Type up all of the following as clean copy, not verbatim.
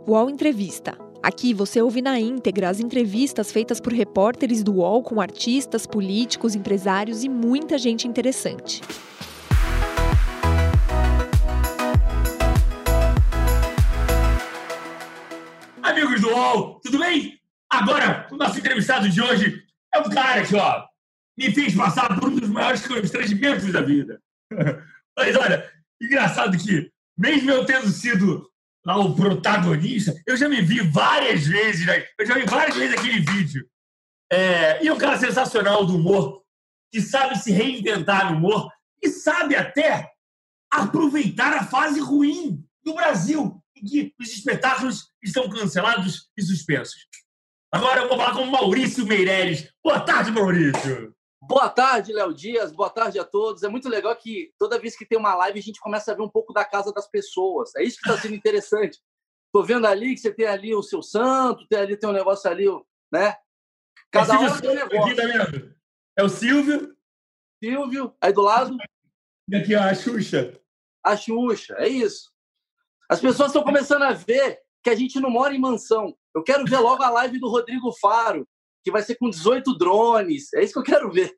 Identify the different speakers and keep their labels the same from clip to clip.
Speaker 1: UOL Entrevista. Aqui você ouve na íntegra as entrevistas feitas por repórteres do UOL com artistas, políticos, empresários e muita gente interessante.
Speaker 2: Amigos do UOL, tudo bem? Agora, o nosso entrevistado de hoje é um cara que, me fez passar por um dos maiores constrangimentos da vida. Mas, olha, engraçado que, mesmo eu tendo sido lá o protagonista, eu já me vi várias vezes, né? Eu já vi várias vezes aquele vídeo. E é um cara sensacional do humor, que sabe se reinventar no humor e sabe até aproveitar a fase ruim do Brasil, em que os espetáculos estão cancelados e suspensos. Agora eu vou falar com o Maurício Meirelles. Boa tarde, Maurício!
Speaker 3: Boa tarde, Léo Dias. Boa tarde a todos. É muito legal que toda vez que tem uma live a gente começa a ver um pouco da casa das pessoas. É isso que está sendo interessante. Estou vendo ali que você tem ali o seu santo, tem um negócio ali, né? Cada hora tem um negócio.
Speaker 2: Aqui, tá vendo? É o Silvio.
Speaker 3: Silvio, aí do lado.
Speaker 2: E aqui, a Xuxa.
Speaker 3: A Xuxa, é isso. As pessoas estão começando a ver que a gente não mora em mansão. Eu quero ver logo a live do Rodrigo Faro, que vai ser com 18 drones. É isso que eu quero ver.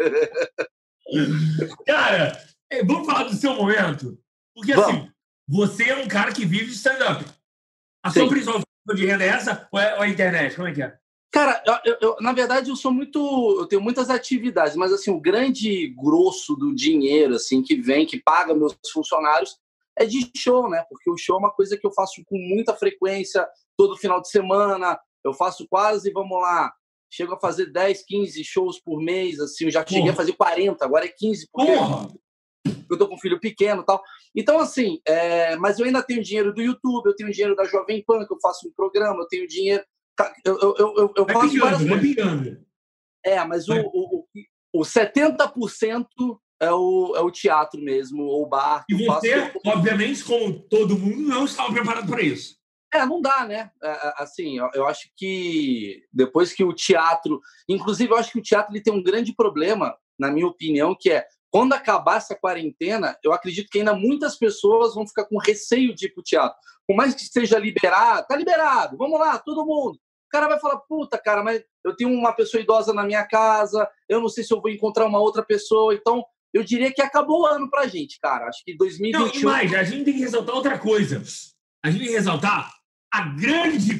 Speaker 2: Cara, vamos falar do seu momento. Porque, assim, você é um cara que vive de stand-up. A sua principal fonte de renda é essa ou é a internet? Como é que é?
Speaker 3: Cara, na verdade, eu tenho muitas atividades, mas, assim, o grande grosso do dinheiro, assim, que paga meus funcionários é de show, né? Porque o show é uma coisa que eu faço com muita frequência, todo final de semana. Eu faço quase, vamos lá, chego a fazer 10, 15 shows por mês, assim, eu já cheguei a fazer 40, agora é 15, porque eu tô com um filho pequeno e tal. Então, assim, mas eu ainda tenho dinheiro do YouTube, eu tenho dinheiro da Jovem Pan, que eu faço um programa, eu tenho dinheiro... Eu faço várias coisas. Mas o 70% é o teatro mesmo, ou o bar.
Speaker 2: E você, obviamente, como todo mundo, não estava preparado para isso.
Speaker 3: Não dá, né? Assim, eu acho que depois que o teatro... Inclusive, eu acho que o teatro ele tem um grande problema, na minha opinião, que é, quando acabar essa quarentena, eu acredito que ainda muitas pessoas vão ficar com receio de ir pro teatro. Por mais que esteja liberado, tá liberado, vamos lá, todo mundo. O cara vai falar, puta, cara, mas eu tenho uma pessoa idosa na minha casa, eu não sei se eu vou encontrar uma outra pessoa, então eu diria que acabou o ano pra gente, cara. Acho que 2021...
Speaker 2: Não, e mais, a gente tem que ressaltar outra coisa. A gente tem que ressaltar a grande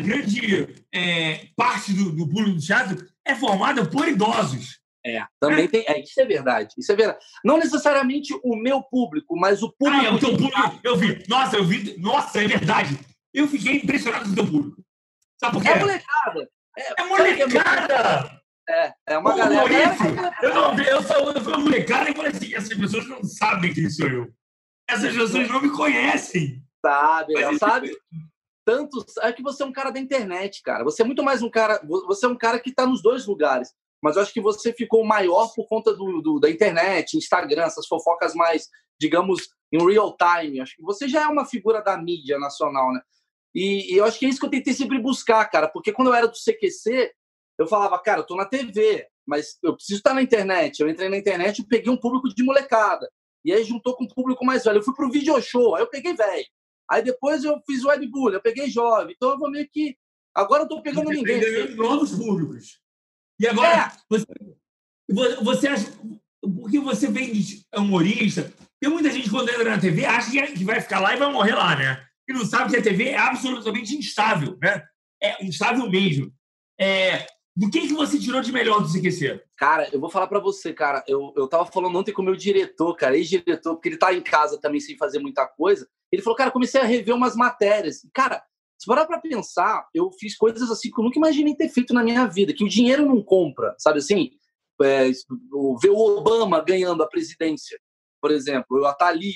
Speaker 2: parte do público do teatro é formada por idosos.
Speaker 3: Também tem... Isso é verdade. Isso é verdade. Não necessariamente o meu público, mas o público...
Speaker 2: O teu público. Eu vi. Nossa, é verdade. Eu fiquei impressionado com o teu público. Sabe por quê?
Speaker 3: É molecada.
Speaker 2: É molecada!
Speaker 3: É uma galera...
Speaker 2: Eu sou molecada e falei assim, essas pessoas não sabem quem sou eu. Essas pessoas não me conhecem.
Speaker 3: Sabe? Tanto é que você é um cara da internet, cara. Você é muito mais um cara... Você é um cara que está nos dois lugares. Mas eu acho que você ficou maior por conta da internet, Instagram, essas fofocas mais, digamos, em real time. Acho que você já é uma figura da mídia nacional, né? E eu acho que é isso que eu tentei sempre buscar, cara. Porque quando eu era do CQC, eu falava, cara, eu tô na TV, mas eu preciso estar na internet. Eu entrei na internet e peguei um público de molecada. E aí juntou com um público mais velho. Eu fui pro video show, aí eu peguei velho. Aí depois eu fiz webbullying, eu peguei jovem. Então eu vou meio que... Agora eu tô pegando ninguém.
Speaker 2: Ganhando novos públicos. E agora, você acha... Porque você vem de humorista, tem muita gente quando entra na TV acha que vai ficar lá e vai morrer lá, né? E não sabe que a TV é absolutamente instável, né? É instável mesmo. Do que você tirou de melhor do CQC?
Speaker 3: Cara, eu vou falar pra você, cara. Eu tava falando ontem com o meu diretor, cara, ex-diretor, porque ele tá em casa também sem fazer muita coisa. Ele falou, cara, comecei a rever umas matérias. Cara, se parar pra pensar, eu fiz coisas assim que eu nunca imaginei ter feito na minha vida, que o dinheiro não compra, sabe assim? Ver o Obama ganhando a presidência, por exemplo. Eu estar ali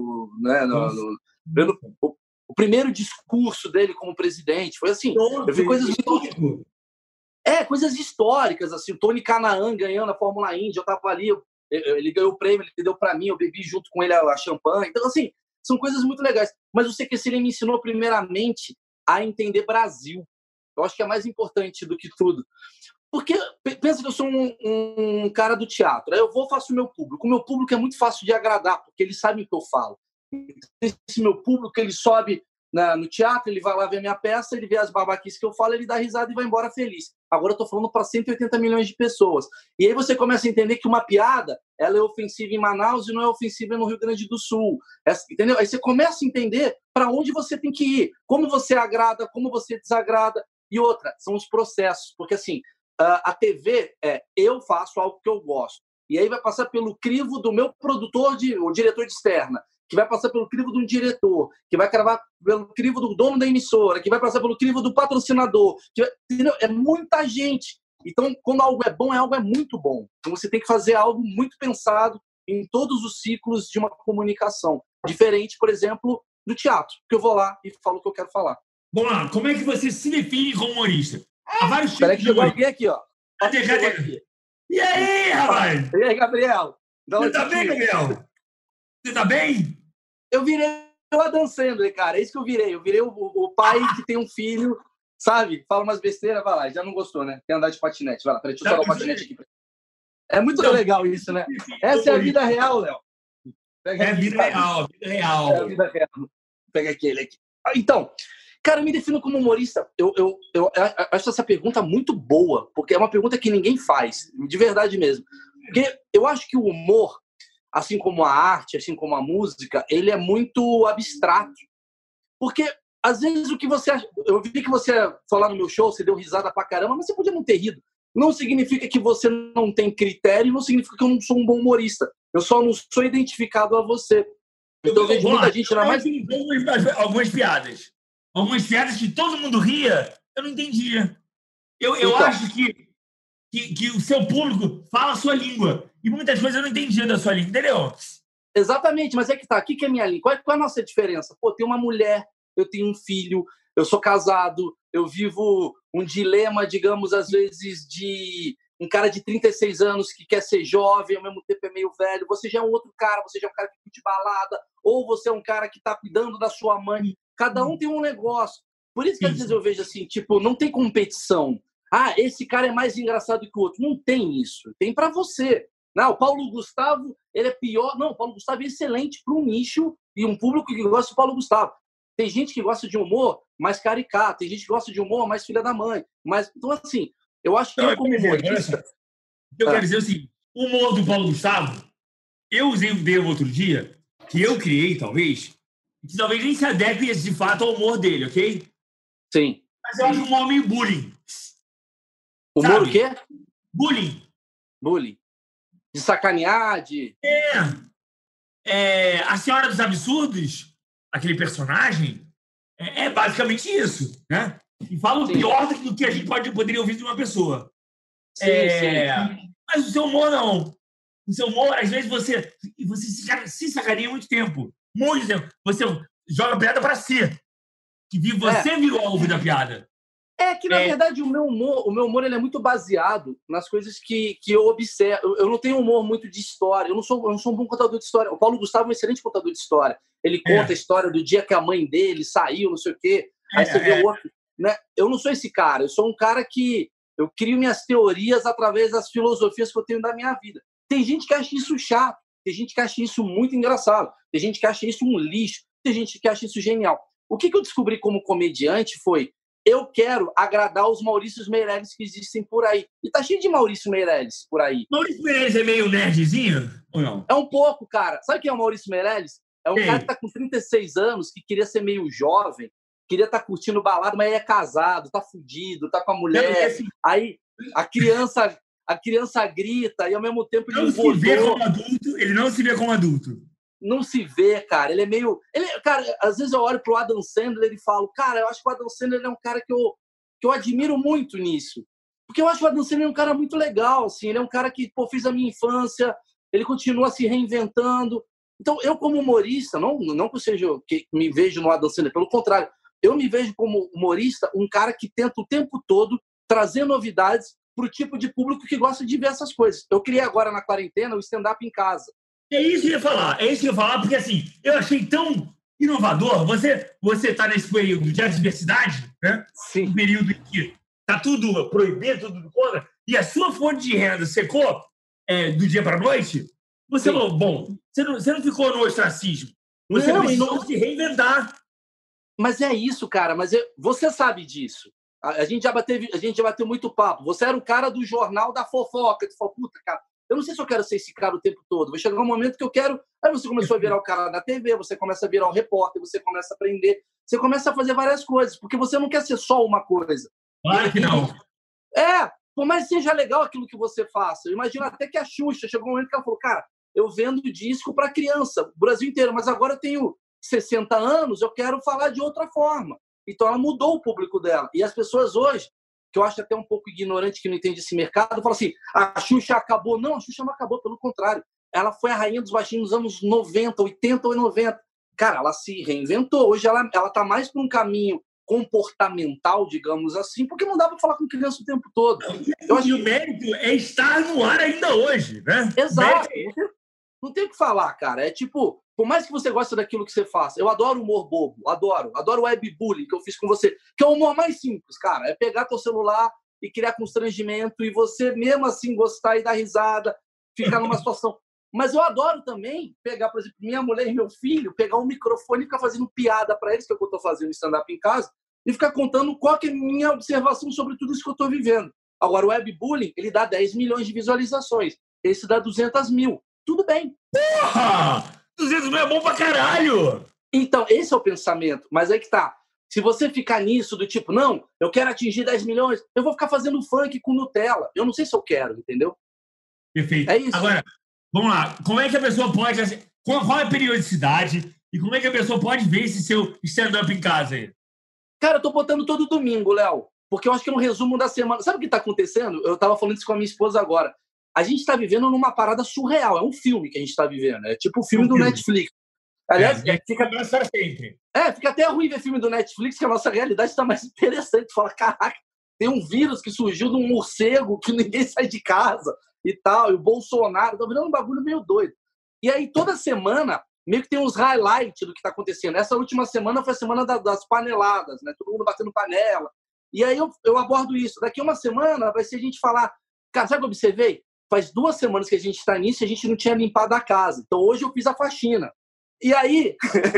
Speaker 3: vendo o primeiro discurso dele como presidente. Foi assim, eu vi coisas muito... coisas históricas, assim, o Tony Canaan ganhando a Fórmula Indy, eu tava ali, ele ganhou o prêmio, ele deu pra mim, eu bebi junto com ele a champanhe. Então, assim, são coisas muito legais. Mas o CQC, ele me ensinou, primeiramente, a entender Brasil. Eu acho que é mais importante do que tudo. Porque, pensa que eu sou um cara do teatro. Aí eu faço o meu público. O meu público é muito fácil de agradar, porque eles sabem o que eu falo. Esse meu público, ele sobe no teatro, ele vai lá ver minha peça, ele vê as babaquices que eu falo, ele dá risada e vai embora feliz. Agora eu tô falando para 180 milhões de pessoas. E aí você começa a entender que uma piada, ela é ofensiva em Manaus e não é ofensiva no Rio Grande do Sul. Entendeu? Aí você começa a entender para onde você tem que ir, como você agrada, como você desagrada. E outra, são os processos. Porque, assim, a TV eu faço algo que eu gosto. E aí vai passar pelo crivo do meu produtor, o diretor de externa, que vai passar pelo crivo de um diretor, que vai gravar pelo crivo do dono da emissora, que vai passar pelo crivo do patrocinador. Entendeu? É muita gente. Então, quando algo é bom, algo é muito bom. Então, você tem que fazer algo muito pensado em todos os ciclos de uma comunicação. Diferente, por exemplo, do teatro, que eu vou lá e falo o que eu quero falar.
Speaker 2: Vamos lá, como é que você se define como humorista? Há vários
Speaker 3: Espera
Speaker 2: tipos
Speaker 3: que
Speaker 2: de
Speaker 3: chegou alguém aqui, ó.
Speaker 2: Cadê? E aí, rapaz?
Speaker 3: E aí, Gabriel?
Speaker 2: Você tá bem, Gabriel? Você tá bem?
Speaker 3: Eu virei o Adam Sandler, cara. É isso que eu virei. Eu virei o pai que tem um filho, sabe? Fala umas besteiras, vai lá. Já não gostou, né? Quer andar de patinete. Vai lá, peraí, deixa eu só dar o patinete aqui. É muito legal isso, né? Essa é a vida real, Léo.
Speaker 2: É a vida real, vida real.
Speaker 3: É a vida real. Pega aquele aqui. Então, cara, eu me defino como humorista. Eu acho essa pergunta muito boa, porque é uma pergunta que ninguém faz, de verdade mesmo. Porque eu acho que o humor, assim como a arte, assim como a música, ele é muito abstrato. Porque, às vezes, o que você... Eu vi que você foi lá no meu show, você deu risada pra caramba, mas você podia não ter rido. Não significa que você não tem critério, não significa que eu não sou um bom humorista. Eu só não sou identificado a você. Então eu vejo muita gente na mais...
Speaker 2: Algumas piadas. Algumas piadas que todo mundo ria, eu não entendia. Eu acho que o seu público fala a sua língua. E muitas coisas eu não entendia da sua língua, entendeu?
Speaker 3: Exatamente, mas é que tá. Aqui que é a minha língua. Qual é a nossa diferença? Pô, tem uma mulher, eu tenho um filho, eu sou casado, eu vivo um dilema, digamos, às vezes, de um cara de 36 anos que quer ser jovem, ao mesmo tempo é meio velho. Você já é um outro cara, você já é um cara que curte balada, ou você é um cara que tá cuidando da sua mãe. Cada um tem um negócio. Por isso que às vezes eu vejo assim, tipo, não tem competição. Ah, esse cara é mais engraçado que o outro. Não tem isso. Tem para você. Não, o Paulo Gustavo, ele é pior. Não, o Paulo Gustavo é excelente para um nicho e um público que gosta do Paulo Gustavo. Tem gente que gosta de humor mais caricato, tem gente que gosta de humor mais filha da mãe. Mas, então, assim, eu acho que eu como humorista...
Speaker 2: Eu quero dizer assim, o humor do Paulo Gustavo, eu usei um termo outro dia, que eu criei, talvez, que talvez nem se adeque de fato ao humor dele, ok?
Speaker 3: Sim.
Speaker 2: Mas eu acho um humor meio bullying.
Speaker 3: Humor o quê?
Speaker 2: Bullying.
Speaker 3: Bullying. De sacanear, de...
Speaker 2: A Senhora dos Absurdos, aquele personagem, é basicamente isso, né? E fala o pior do que a gente poderia ouvir de uma pessoa.
Speaker 3: Sim.
Speaker 2: Mas o seu humor, não. O seu humor, às vezes, você se sacaneia muito tempo. Muito tempo. Você joga a piada para si. Que você virou alvo da piada.
Speaker 3: É que, na verdade, o meu humor ele é muito baseado nas coisas que eu observo. Eu não tenho humor muito de história. Eu não sou um bom contador de história. O Paulo Gustavo é um excelente contador de história. Ele conta a história do dia que a mãe dele saiu, não sei o quê. Aí você vê o outro. Né? Eu não sou esse cara. Eu sou um cara que eu crio minhas teorias através das filosofias que eu tenho da minha vida. Tem gente que acha isso chato. Tem gente que acha isso muito engraçado. Tem gente que acha isso um lixo. Tem gente que acha isso genial. O que eu descobri como comediante foi: eu quero agradar os Maurícios Meirelles que existem por aí. E tá cheio de Maurício Meirelles por aí.
Speaker 2: Maurício Meirelles é meio nerdzinho ou não?
Speaker 3: É um pouco, cara. Sabe quem é o Maurício Meirelles? É um cara que tá com 36 anos, que queria ser meio jovem, queria estar curtindo balada, mas aí é casado, tá fudido, tá com a mulher. Aí a criança grita e ao mesmo tempo ele
Speaker 2: não se vê como adulto. Ele não se vê como adulto.
Speaker 3: Não se vê, cara. Ele é meio... Cara, às vezes eu olho pro Adam Sandler e falo, cara, eu acho que o Adam Sandler é um cara que eu admiro muito nisso. Porque eu acho que o Adam Sandler é um cara muito legal, assim. Ele é um cara que, fez a minha infância, ele continua se reinventando. Então, eu como humorista, não que eu seja... que me vejo no Adam Sandler, pelo contrário, eu me vejo como humorista um cara que tenta o tempo todo trazer novidades pro tipo de público que gosta de ver essas coisas. Eu criei agora na quarentena o stand-up em casa.
Speaker 2: É isso que eu ia falar, porque assim, eu achei tão inovador. Você tá nesse período de adversidade, né?
Speaker 3: Sim.
Speaker 2: Um período em que tá tudo proibido, tudo contra, e a sua fonte de renda secou do dia para a noite. Você falou, bom, você não ficou no ostracismo. Você precisou se reinventar.
Speaker 3: Mas é isso, cara. Você sabe disso. A gente já bateu muito papo. Você era o cara do jornal da fofoca. Tu falou, puta, cara, eu não sei se eu quero ser esse cara o tempo todo. Vai chegar um momento que eu quero... Aí você começou a virar o cara da TV, você começa a virar o repórter, você começa a aprender, você começa a fazer várias coisas, porque você não quer ser só uma coisa.
Speaker 2: Claro que não.
Speaker 3: Por mais que seja legal aquilo que você faça. Eu imagino até que a Xuxa chegou um momento que ela falou, cara, eu vendo disco para criança, o Brasil inteiro, mas agora eu tenho 60 anos, eu quero falar de outra forma. Então ela mudou o público dela. E as pessoas hoje, que eu acho até um pouco ignorante que não entende esse mercado, falam assim, a Xuxa acabou. Não, a Xuxa não acabou, pelo contrário. Ela foi a rainha dos baixinhos nos anos 90, 80 ou 90. Cara, ela se reinventou. Hoje ela tá mais para um caminho comportamental, digamos assim, porque não dá para falar com criança o tempo todo.
Speaker 2: Eu acho que o mérito é estar no ar ainda hoje, né?
Speaker 3: Exato. Não tem o que falar, cara. É tipo, por mais que você goste daquilo que você faça, eu adoro humor bobo, adoro webbullying que eu fiz com você, que é o humor mais simples, cara. É pegar teu celular e criar constrangimento e você mesmo assim gostar e dar risada, ficar numa situação. Mas eu adoro também pegar, por exemplo, minha mulher e meu filho, pegar um microfone e ficar fazendo piada para eles, que é o que eu estou fazendo stand-up em casa, e ficar contando qual que é a minha observação sobre tudo isso que eu estou vivendo. Agora, o webbullying, ele dá 10 milhões de visualizações. Esse dá 200 mil. Tudo bem.
Speaker 2: Porra! 200 mil é bom pra caralho!
Speaker 3: Então, esse é o pensamento. Mas aí que tá. Se você ficar nisso do tipo, não, eu quero atingir 10 milhões, eu vou ficar fazendo funk com Nutella. Eu não sei se eu quero, entendeu?
Speaker 2: Perfeito.
Speaker 3: É isso.
Speaker 2: Agora, vamos lá. Como é que a pessoa pode... Qual é a periodicidade e como é que a pessoa pode ver esse seu stand-up em casa aí?
Speaker 3: Cara, eu tô botando todo domingo, Léo. Porque eu acho que é um resumo da semana. Sabe o que tá acontecendo? Eu tava falando isso com a minha esposa agora. A gente tá vivendo numa parada surreal. É um filme que a gente tá vivendo. É tipo o filme do Netflix. Aliás, fica até ruim ver filme do Netflix, que a nossa realidade está mais interessante. Fala, caraca, tem um vírus que surgiu de um morcego que ninguém sai de casa e tal, e o Bolsonaro, tá virando um bagulho meio doido. E aí, toda semana, meio que tem uns highlights do que tá acontecendo. Essa última semana foi a semana das paneladas, né? Todo mundo batendo panela. E aí eu abordo isso. Daqui uma semana vai ser a gente falar, cara, sabe o que eu observei? Faz 2 semanas que a gente está nisso e a gente não tinha limpado a casa. Então, hoje eu fiz a faxina. E aí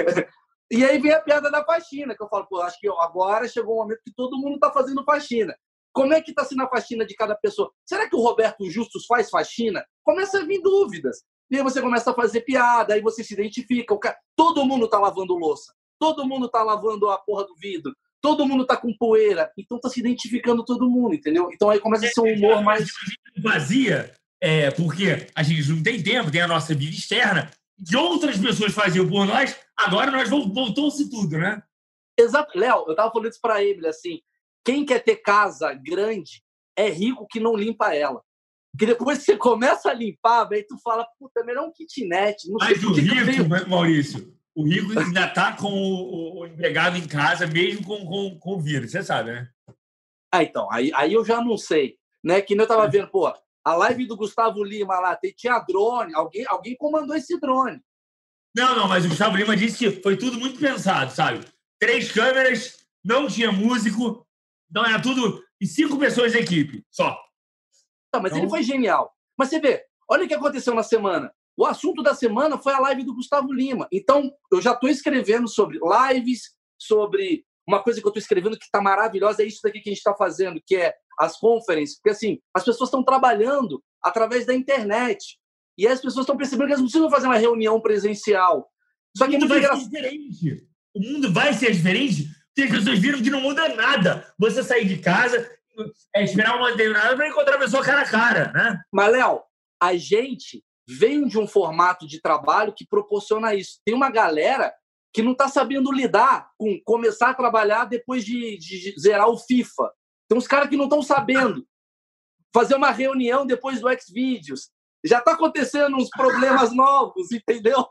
Speaker 3: vem a piada da faxina, que eu falo, pô, acho que agora chegou um momento que todo mundo está fazendo faxina. Como é que está sendo a faxina de cada pessoa? Será que o Roberto Justus faz faxina? Começa a vir dúvidas. E aí você começa a fazer piada, aí você se identifica. Todo mundo está lavando louça. Todo mundo está lavando a porra do vidro. Todo mundo está com poeira. Então está se identificando todo mundo, entendeu? Então aí começa a ser um humor mais...
Speaker 2: Vazia, porque a gente não tem tempo, tem a nossa vida externa, que outras pessoas faziam por nós, agora nós voltou-se tudo, né?
Speaker 3: Exato. Léo, eu tava falando isso pra Emily, assim, quem quer ter casa grande é rico que não limpa ela. Porque depois que você começa a limpar, aí tu fala, puta, é melhor um kitnet. Não
Speaker 2: Mas
Speaker 3: sei
Speaker 2: o rico, Maurício, o rico ainda tá com o empregado em casa, mesmo com o vírus, você sabe, né?
Speaker 3: Então, aí eu já não sei, né? Que nem eu tava vendo, pô, a live do Gustavo Lima lá, tinha drone, alguém comandou esse drone.
Speaker 2: Não, mas o Gustavo Lima disse que foi tudo muito pensado, sabe? 3 câmeras, não tinha músico, não era tudo... E 5 pessoas da equipe, só.
Speaker 3: Tá, mas ele foi genial. Mas você vê, olha o que aconteceu na semana. O assunto da semana foi a live do Gustavo Lima. Então, eu já estou escrevendo sobre lives, sobre uma coisa que eu estou escrevendo que está maravilhosa, é isso daqui que a gente está fazendo, que é as conferências. Porque, assim, as pessoas estão trabalhando através da internet. E as pessoas estão percebendo que elas não precisam fazer uma reunião presencial. Só que
Speaker 2: o mundo vai ser diferente. O mundo vai ser diferente porque as pessoas viram que não muda nada. Você sair de casa, esperar uma determinada para encontrar a pessoa cara a cara, né?
Speaker 3: Mas, Léo, a gente vem de um formato de trabalho que proporciona isso. Tem uma galera que não está sabendo lidar com começar a trabalhar depois de zerar o FIFA. Tem uns caras que não estão sabendo fazer uma reunião depois do Xvideos. Já está acontecendo uns problemas novos, entendeu?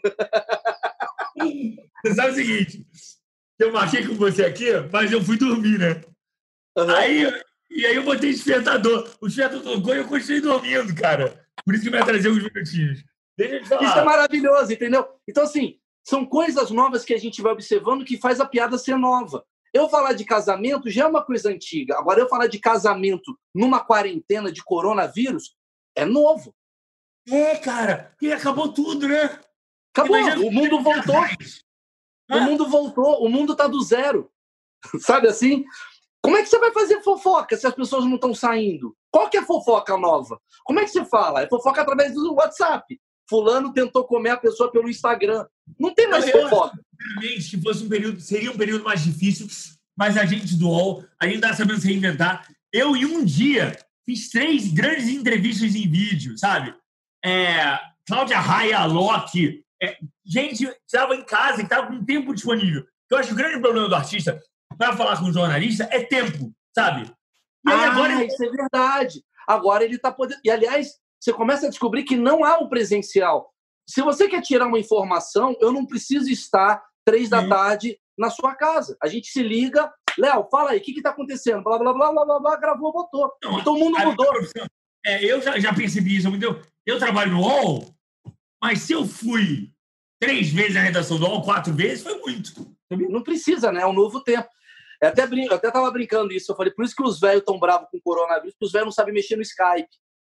Speaker 2: Você sabe o seguinte, eu marquei com você aqui, mas eu fui dormir, né? Uhum. Aí eu botei despertador. O despertador tocou e eu continuei dormindo, cara. Por isso que me atrasei uns minutinhos. Deixa eu te falar.
Speaker 3: Isso é maravilhoso, entendeu? Então, assim, são coisas novas que a gente vai observando que faz a piada ser nova. Eu falar de casamento já é uma coisa antiga. Agora, eu falar de casamento numa quarentena de coronavírus é novo.
Speaker 2: Cara, e acabou tudo, né?
Speaker 3: Acabou, o mundo voltou. O mundo voltou, o mundo tá do zero. Sabe assim? Como é que você vai fazer fofoca se as pessoas não estão saindo? Qual que é a fofoca nova? Como é que você fala? É fofoca através do WhatsApp. Fulano tentou comer a pessoa pelo Instagram. Não tem mais fofoca.
Speaker 2: Sinceramente, que fosse seria um período mais difícil, mas a gente do UOL, a gente tá sabendo se reinventar. Eu, em um dia, fiz 3 grandes entrevistas em vídeo, sabe? Cláudia Raia, Loki. Gente que estava em casa, que estava com tempo disponível. Eu acho que o grande problema do artista para falar com o jornalista é tempo, sabe?
Speaker 3: E aí agora isso é verdade. Agora ele está podendo... E, aliás, você começa a descobrir que não há o presencial. Se você quer tirar uma informação, eu não preciso estar 3 da tarde na sua casa. A gente se liga, Léo, fala aí, o que está acontecendo? Blá, blá, blá, blá, blá, blá, gravou, botou.
Speaker 2: Não,
Speaker 3: então o mundo mudou.
Speaker 2: Eu já percebi isso. Eu trabalho no UOL, mas se eu fui 3 vezes na redação do UOL, 4 vezes, foi muito.
Speaker 3: Não precisa, né? É um novo tempo. Eu até tava brincando isso. Eu falei, por isso que os velhos estão bravos com o coronavírus, porque os velhos não sabem mexer no Skype.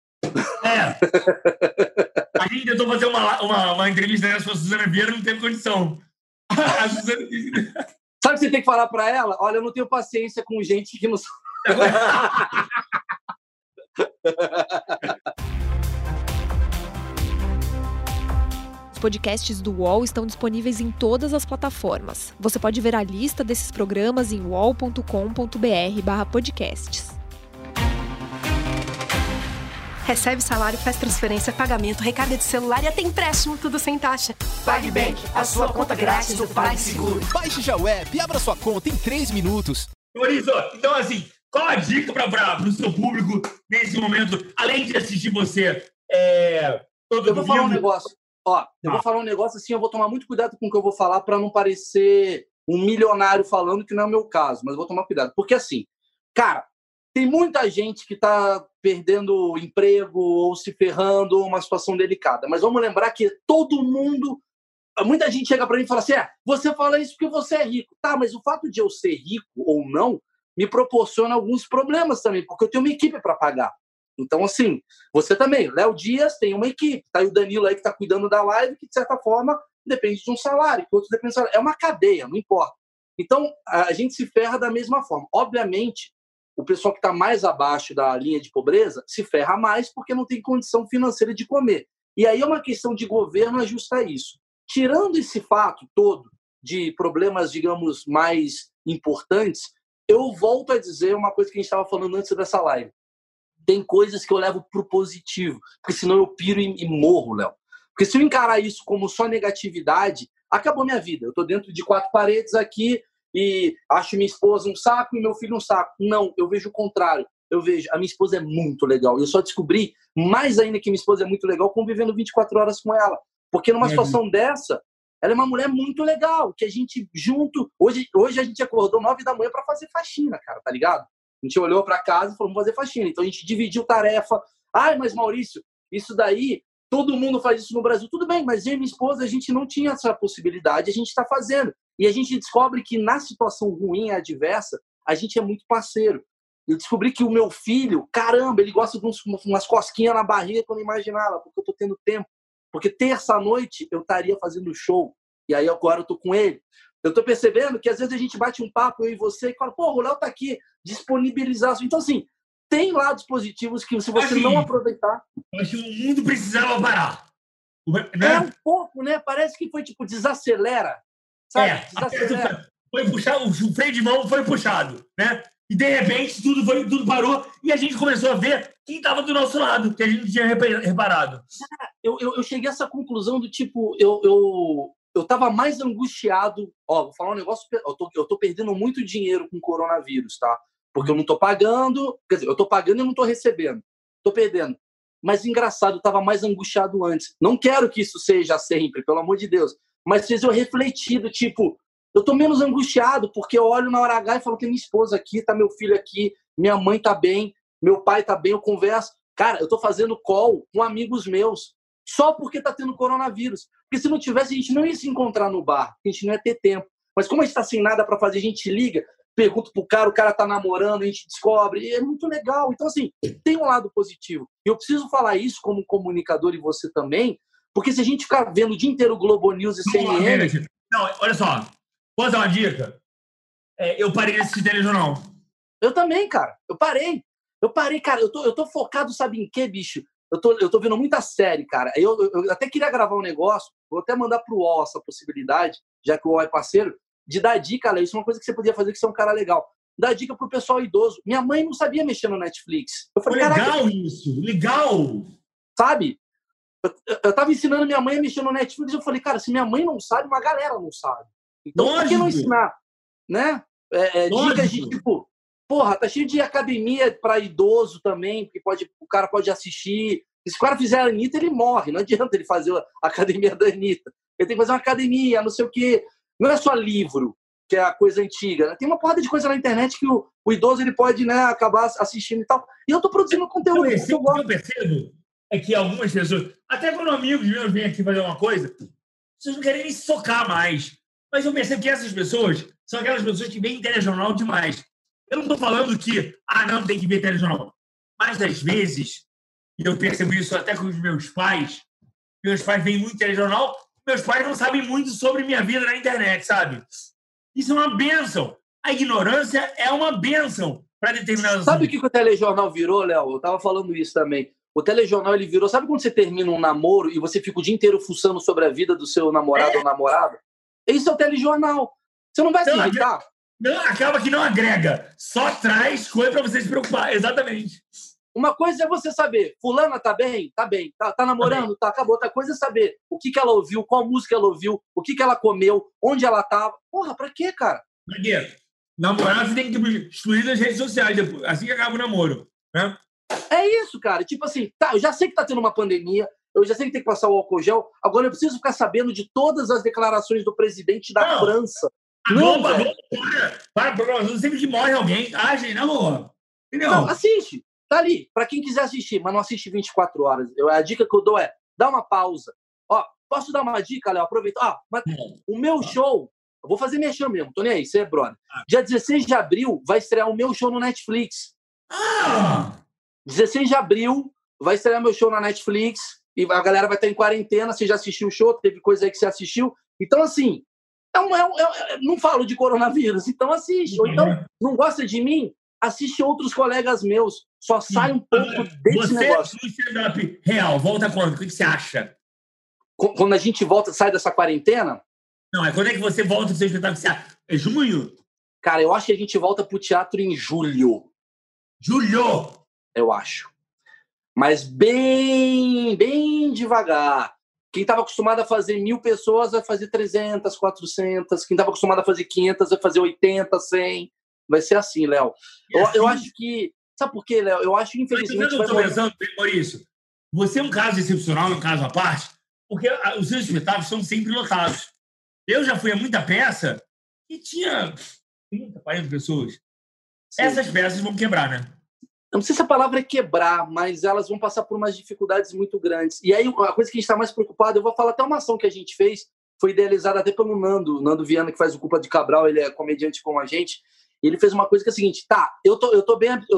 Speaker 2: A gente tentou fazer uma entrevista nessa com a Suzana Vieira, não teve condição. A Suzana...
Speaker 3: Sabe o que você tem que falar para ela? Olha, eu não tenho paciência com gente que não...
Speaker 1: Os podcasts do UOL estão disponíveis em todas as plataformas. Você pode ver a lista desses programas em uol.com.br/podcasts.
Speaker 4: Recebe salário, faz transferência, pagamento, recarga de celular e até empréstimo, tudo sem taxa. PagBank, a sua conta grátis do PagSeguro.
Speaker 5: Baixe já o app e abra sua conta em 3 minutos.
Speaker 2: Maurício, então assim, qual a dica para o seu público nesse momento, além de assistir você todo
Speaker 3: Eu vou falar um negócio. Eu vou falar um negócio assim, eu vou tomar muito cuidado com o que eu vou falar para não parecer um milionário falando, que não é o meu caso, mas eu vou tomar cuidado. Porque assim, cara, tem muita gente que está perdendo emprego ou se ferrando, ou uma situação delicada. Mas vamos lembrar que muita gente chega para mim e fala assim, você fala isso porque você é rico. Tá, mas o fato de eu ser rico ou não me proporciona alguns problemas também, porque eu tenho uma equipe para pagar. Então, assim, você também, Léo Dias tem uma equipe, tá aí o Danilo aí que está cuidando da live, que de certa forma depende de um salário, que outros dependem de salário. É uma cadeia, não importa. Então, a gente se ferra da mesma forma. Obviamente, o pessoal que está mais abaixo da linha de pobreza se ferra mais porque não tem condição financeira de comer. E aí é uma questão de governo ajustar isso. Tirando esse fato todo de problemas, digamos, mais importantes, eu volto a dizer uma coisa que a gente estava falando antes dessa live. Tem coisas que eu levo para o positivo, porque senão eu piro e morro, Léo. Porque se eu encarar isso como só negatividade, acabou minha vida. Eu estou dentro de 4 paredes aqui e acho minha esposa um saco e meu filho um saco. Não, eu vejo o contrário. Eu vejo, a minha esposa é muito legal. Eu só descobri, mais ainda que minha esposa é muito legal, convivendo 24 horas com ela. Porque numa situação dessa, ela é uma mulher muito legal, que a gente junto... Hoje a gente acordou 9 da manhã para fazer faxina, cara, tá ligado? A gente olhou para casa e falou, vamos fazer faxina. Então a gente dividiu tarefa. Mas Maurício, isso daí, todo mundo faz isso no Brasil. Tudo bem, mas eu e minha esposa, a gente não tinha essa possibilidade, a gente está fazendo. E a gente descobre que na situação ruim e adversa, a gente é muito parceiro. Eu descobri que o meu filho, caramba, ele gosta de umas cosquinhas na barriga que eu não imaginava, porque eu tô tendo tempo. Porque terça-noite eu estaria fazendo show. E aí agora eu tô com ele. Eu tô percebendo que às vezes a gente bate um papo, eu e você, e fala, pô, o Léo tá aqui, disponibilizar. Então, assim, tem lados positivos que se você não aproveitar...
Speaker 2: Acho que o mundo precisava parar.
Speaker 3: Né? Um pouco, né? Parece que foi tipo, desacelera. Sabe? Desacelera.
Speaker 2: Foi puxar, o freio de mão foi puxado, né? E de repente tudo parou e a gente começou a ver quem estava do nosso lado, que a gente tinha reparado.
Speaker 3: Eu cheguei a essa conclusão do tipo, eu tava mais angustiado. Vou falar um negócio, eu tô perdendo muito dinheiro com o coronavírus, tá? Porque eu não tô pagando, quer dizer, eu tô pagando e não tô recebendo. Tô perdendo. Mas engraçado, eu tava mais angustiado antes. Não quero que isso seja sempre, pelo amor de Deus. Mas fez eu refletir do tipo, eu tô menos angustiado porque eu olho na hora H e falo, tem minha esposa aqui, tá meu filho aqui, minha mãe tá bem, meu pai tá bem, eu converso. Cara, eu tô fazendo call com amigos meus, só porque tá tendo coronavírus. Porque se não tivesse, a gente não ia se encontrar no bar, a gente não ia ter tempo. Mas como a gente tá sem nada para fazer, a gente liga, pergunta pro cara, o cara tá namorando, a gente descobre, e é muito legal. Então, assim, tem um lado positivo. E eu preciso falar isso como comunicador e você também, porque se a gente ficar vendo o dia inteiro Globo News e CNN...
Speaker 2: Não, olha só, Posso dar uma dica? Eu parei de assistir telejornal.
Speaker 3: Eu também, cara. Eu parei, cara. Eu tô focado, sabe em quê, bicho? Eu tô vendo muita série, cara. Eu até queria gravar um negócio, vou até mandar pro UOL essa possibilidade, já que o UOL é parceiro, de dar dica, Léo. Isso é uma coisa que você podia fazer, que você é um cara legal. Dar dica pro pessoal idoso. Minha mãe não sabia mexer no Netflix. Eu falei,
Speaker 2: legal isso, legal!
Speaker 3: Sabe? Eu tava ensinando minha mãe a mexer no Netflix, eu falei, cara, se minha mãe não sabe, uma galera não sabe. Então, por que não ensinar? Né? Dicas de tipo, porra, tá cheio de academia para idoso também, porque o cara pode assistir. E se o cara fizer a Anitta, ele morre. Não adianta ele fazer a academia da Anitta. Ele tem que fazer uma academia, não sei o quê. Não é só livro, que é a coisa antiga. Né? Tem uma porrada de coisa na internet que o idoso ele pode, né, acabar assistindo e tal. E eu tô produzindo conteúdo.
Speaker 2: O que eu percebo é que algumas pessoas, até quando amigos meus vêm aqui fazer uma coisa, vocês não querem nem se socar mais. Mas eu percebo que essas pessoas são aquelas pessoas que veem telejornal demais. Eu não estou falando que, não tem que ver telejornal. Mas, às vezes, e eu percebo isso até com os meus pais veem muito telejornal, meus pais não sabem muito sobre minha vida na internet, sabe? Isso é uma bênção. A ignorância é uma bênção para determinadas...
Speaker 3: Sabe o que o telejornal virou, Léo? Eu estava falando isso também. O telejornal, ele virou... Sabe quando você termina um namoro e você fica o dia inteiro fuçando sobre a vida do seu namorado ou namorada? Isso é o telejornal. Você não vai se irritar?
Speaker 2: Não, acaba que não agrega. Só traz coisa para você se preocupar. Exatamente.
Speaker 3: Uma coisa é você saber, fulana tá bem? Tá bem. Tá namorando? Tá. Acabou. Outra coisa é saber o que ela ouviu, qual música ela ouviu, o que ela comeu, onde ela tava. Porra, pra quê, cara?
Speaker 2: Pra quê? Namorar, você tem que excluir das redes sociais depois. Assim que acaba o namoro. Né?
Speaker 3: É isso, cara. Tipo assim, eu já sei que tá tendo uma pandemia, eu já sei que tem que passar o álcool gel, agora eu preciso ficar sabendo de todas as declarações do presidente da França.
Speaker 2: Não, para, sempre que morre alguém, gente, não, entendeu?
Speaker 3: Não, assiste. Tá ali, pra quem quiser assistir, mas não assiste 24 horas. A dica que eu dou é, dá uma pausa. Ó, posso dar uma dica, Léo? Aproveita. O meu show, eu vou fazer merchan mesmo, tô nem aí, você é brother. Dia 16 de abril vai estrear o meu show no Netflix. 16 de abril vai estrear meu show na Netflix e a galera vai estar em quarentena. Você já assistiu o show, teve coisa aí que você assistiu. Então, assim, não falo de coronavírus, então assiste. Ou então, não gosta de mim? Assiste outros colegas meus. Só sai um pouco desse negócio.
Speaker 2: Você, no stand-up real, volta quando? O que você acha?
Speaker 3: Quando a gente volta, sai dessa quarentena?
Speaker 2: Não, quando é que você volta pro seu espetáculo? É junho?
Speaker 3: Cara, eu acho que a gente volta pro teatro em julho.
Speaker 2: Julho?
Speaker 3: Eu acho. Mas bem devagar. Quem estava acostumado a fazer 1.000 pessoas vai fazer 300, 400. Quem estava acostumado a fazer 500 vai fazer 80, 100. Vai ser assim, Léo. Eu acho que... Sabe por quê, Léo? Eu acho que, infelizmente...
Speaker 2: Eu estou pensando, Maurício, você é um caso excepcional, um caso à parte, porque os seus espetáculos são sempre lotados. Eu já fui a muita peça e tinha 30, 40 pessoas. Sim. Essas peças vão quebrar, né?
Speaker 3: Eu não sei se a palavra é quebrar, mas elas vão passar por umas dificuldades muito grandes. E aí, a coisa que a gente está mais preocupado, eu vou falar até uma ação que a gente fez, foi idealizada até pelo Nando Viana, que faz o Culpa de Cabral, ele é comediante como a gente, e ele fez uma coisa que é a seguinte, eu tô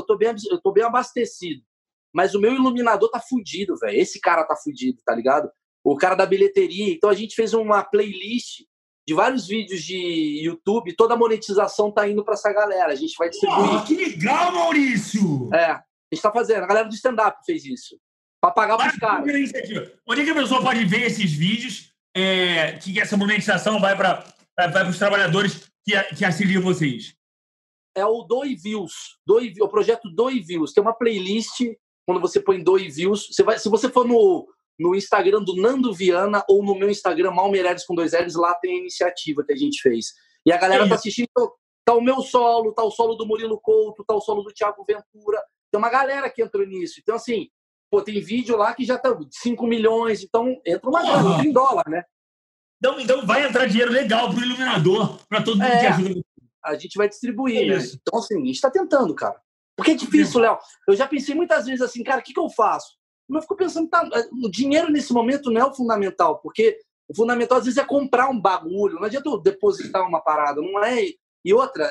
Speaker 3: bem abastecido, mas o meu iluminador tá fudido, velho. Esse cara tá fudido, tá ligado? O cara da bilheteria. Então a gente fez uma playlist de vários vídeos de YouTube, toda a monetização tá indo para essa galera. A gente vai distribuir.
Speaker 2: Que legal, Maurício!
Speaker 3: A gente tá fazendo. A galera do stand-up fez isso. Para pagar pros caras.
Speaker 2: Onde é que a pessoa pode ver esses vídeos que essa monetização vai para os trabalhadores que assistem vocês?
Speaker 3: É o Doi Views, o projeto Doi Views. Tem uma playlist, quando você põe Doi Views, se você for no Instagram do Nando Viana ou no meu Instagram, Malmeireles com 2 L's, lá tem a iniciativa que a gente fez. E a galera tá assistindo, tá o meu solo, tá o solo do Murilo Couto, tá o solo do Thiago Ventura. Tem uma galera que entrou nisso. Então, assim, tem vídeo lá que já tá 5 milhões, então entra uma grana, em dólar, né?
Speaker 2: Então vai entrar dinheiro legal pro iluminador, para todo mundo que ajuda.
Speaker 3: A gente vai distribuir, né? Então, assim, a gente tá tentando, cara. Porque é difícil, Léo. Eu já pensei muitas vezes assim, cara, o que eu faço? Mas eu fico pensando, o dinheiro nesse momento não é o fundamental, porque o fundamental às vezes é comprar um bagulho, não adianta eu depositar uma parada, não é? E outra,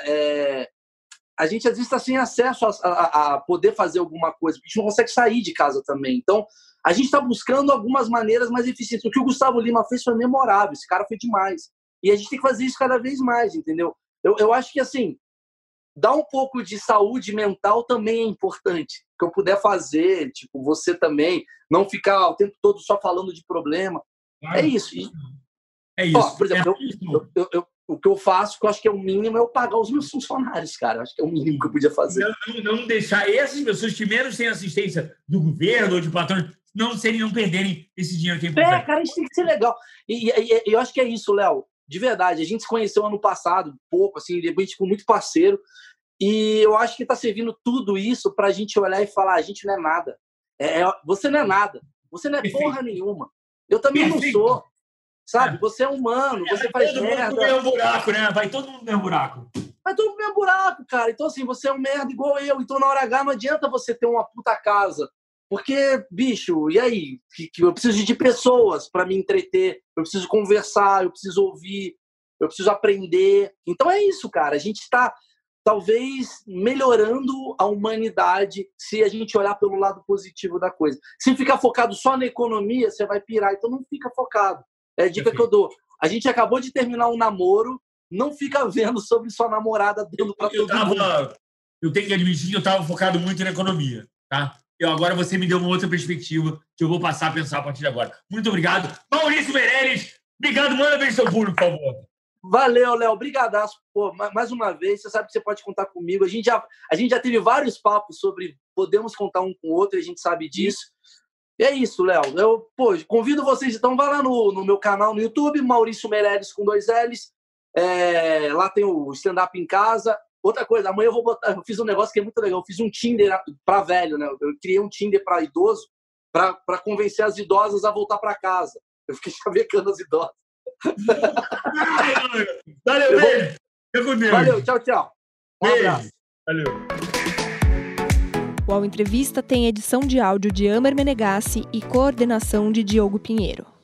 Speaker 3: a gente às vezes está sem acesso a poder fazer alguma coisa, porque a gente não consegue sair de casa também. Então, a gente está buscando algumas maneiras mais eficientes. O que o Gustavo Lima fez foi memorável, esse cara foi demais. E a gente tem que fazer isso cada vez mais, entendeu? Eu acho que, assim, dar um pouco de saúde mental também é importante. Que eu puder fazer, tipo, você também, não ficar o tempo todo só falando de problema.
Speaker 2: Claro.
Speaker 3: É isso.
Speaker 2: É isso.
Speaker 3: Ó, por exemplo, o que eu faço, que eu acho que é o mínimo, é eu pagar os meus funcionários, cara. Eu acho que é o mínimo que eu podia fazer.
Speaker 2: Não deixar essas pessoas que menos têm assistência do governo ou de patrões não perderem esse dinheiro que é importante.
Speaker 3: Cara, a gente tem que ser legal. E eu acho que é isso, Léo. De verdade. A gente se conheceu ano passado, pouco, assim, depois a gente ficou muito parceiro. E eu acho que tá servindo tudo isso pra gente olhar e falar, a gente não é nada. Você não é nada. Você não é porra nenhuma. Eu também não sou. Sabe? Você é humano, você faz merda.
Speaker 2: Todo mundo no mesmo buraco, né? Vai todo mundo no mesmo buraco.
Speaker 3: Vai todo mundo no mesmo buraco, cara. Então, assim, você é um merda igual eu. Então, na hora H, não adianta você ter uma puta casa. Porque, bicho, e aí? Que eu preciso de pessoas pra me entreter. Eu preciso conversar, eu preciso ouvir, eu preciso aprender. Então, é isso, cara. A gente está, talvez, melhorando a humanidade se a gente olhar pelo lado positivo da coisa. Se ficar focado só na economia, você vai pirar. Então, não fica focado. É a dica que eu dou. A gente acabou de terminar um namoro, não fica vendo sobre sua namorada dando pra todo mundo.
Speaker 2: Eu tenho que admitir que eu estava focado muito na economia, tá? Agora você me deu uma outra perspectiva que eu vou passar a pensar a partir de agora. Muito obrigado. Maurício Meirelles, obrigado. Manda ver seu público, por favor.
Speaker 3: Valeu, Léo. Brigadaço. Pô, mais uma vez, você sabe que você pode contar comigo. A gente já teve vários papos sobre podemos contar um com o outro, e a gente sabe disso. E é isso, Léo. Eu convido vocês, então, vai lá no meu canal no YouTube, Maurício Meirelles com 2 L's. Lá tem o stand-up em casa. Outra coisa, amanhã eu fiz um negócio que é muito legal. Eu fiz um Tinder para velho, né? Eu criei um Tinder para idoso para convencer as idosas a voltar para casa. Eu fiquei chavecando as idosas.
Speaker 2: Valeu, beijo. Fica com Deus.
Speaker 3: Valeu, tchau. Um abraço.
Speaker 2: Valeu.
Speaker 1: O Ao Entrevista tem edição de áudio de Amer Menegassi e coordenação de Diogo Pinheiro.